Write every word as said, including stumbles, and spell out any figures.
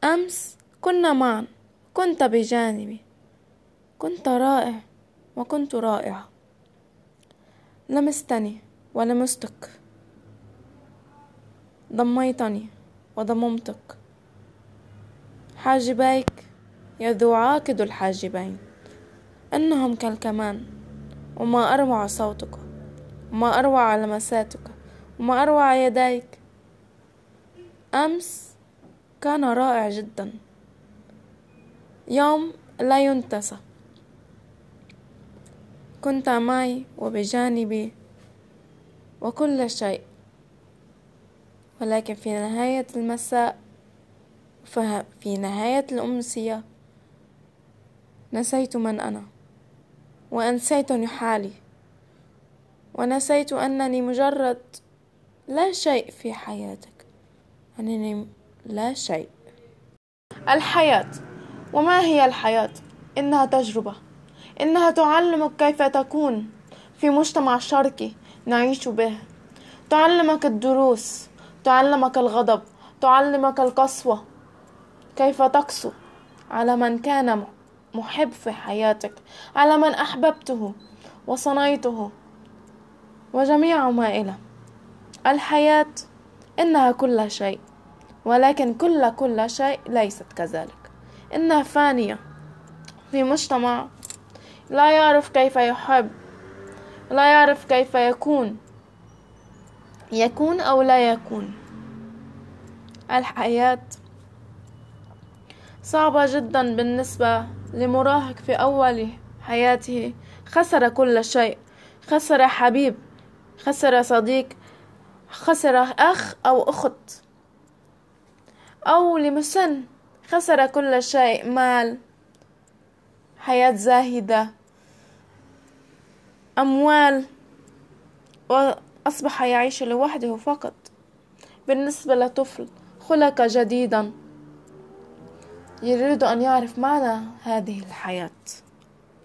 أمس كنا معا، كنت بجانبي، كنت رائع وكنت رائعة. لمستني ولمستك، ضميتني وضممتك. حاجبيك يذو عاقد الحاجبين، إنهم كالكمان. وما أروع صوتك، وما أروع لمساتك، وما أروع يديك. أمس كان رائع جدا، يوم لا ينتسى. كنت معي وبجانبي وكل شيء، ولكن في نهاية المساء في نهاية الأمسية نسيت من أنا، وأنسيتني حالي، ونسيت أنني مجرد لا شيء في حياتك، أنني لا شيء. الحياة، وما هي الحياة؟ إنها تجربة، إنها تعلمك كيف تكون في مجتمع شرقي نعيش به. تعلمك الدروس، تعلمك الغضب، تعلمك القسوة، كيف تقسو على من كان محب في حياتك، على من أحببته وصنيته وجميع ما إلى. الحياة إنها كل شيء، ولكن كل كل شيء ليست كذلك. إنها فانية في مجتمع لا يعرف كيف يحب، لا يعرف كيف يكون يكون أو لا يكون. الحياة صعبة جدا بالنسبة لمراهق في أول حياته، خسر كل شيء، خسر حبيب، خسر صديق، خسر أخ أو أخت، أو لمسن خسر كل شيء، مال، حياة زاهدة، أموال، وأصبح يعيش لوحده فقط. بالنسبة لطفل خلق جديدا يريد أن يعرف معنى هذه الحياة.